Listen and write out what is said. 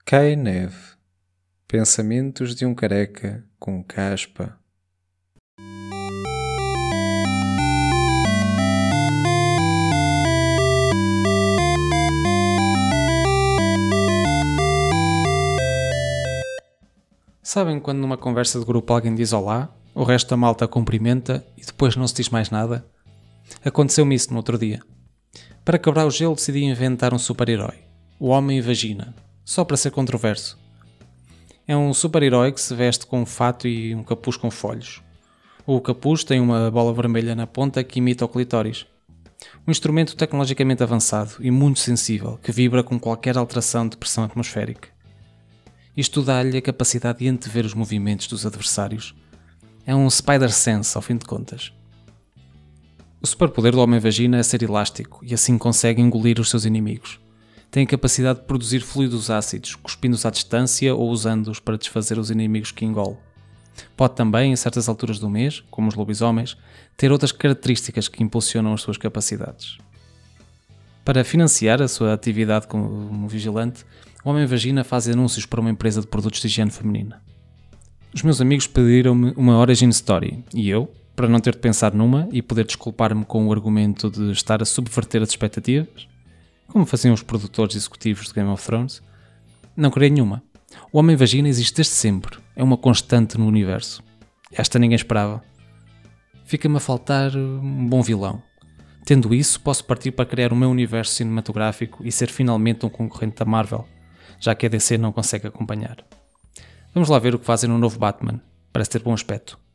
Cai neve. Pensamentos de um careca com caspa. Sabem quando numa conversa de grupo alguém diz olá, o resto da malta cumprimenta e depois não se diz mais nada? Aconteceu-me isso no outro dia. Para quebrar o gelo decidi inventar um super-herói, o Homem-Vagina, só para ser controverso. É um super-herói que se veste com um fato e um capuz com folhos. O capuz tem uma bola vermelha na ponta que imita o clitóris. Um instrumento tecnologicamente avançado e muito sensível que vibra com qualquer alteração de pressão atmosférica. Isto dá-lhe a capacidade de antever os movimentos dos adversários. É um Spider-Sense, ao fim de contas. O superpoder do Homem-Vagina é ser elástico e assim consegue engolir os seus inimigos. Tem a capacidade de produzir fluidos ácidos, cuspindo-os à distância ou usando-os para desfazer os inimigos que engole. Pode também, em certas alturas do mês, como os lobisomens, ter outras características que impulsionam as suas capacidades. Para financiar a sua atividade como vigilante, o Homem-Vagina faz anúncios para uma empresa de produtos de higiene feminina. Os meus amigos pediram-me uma origin story e eu, para não ter de pensar numa e poder desculpar-me com o argumento de estar a subverter as expectativas, como faziam os produtores executivos de Game of Thrones, não criei nenhuma. O Homem-Vagina existe desde sempre, é uma constante no universo. Esta ninguém esperava. Fica-me a faltar um bom vilão. Tendo isso, posso partir para criar o meu universo cinematográfico e ser finalmente um concorrente da Marvel, já que a DC não consegue acompanhar. Vamos lá ver o que fazem no novo Batman. Parece ter bom aspecto.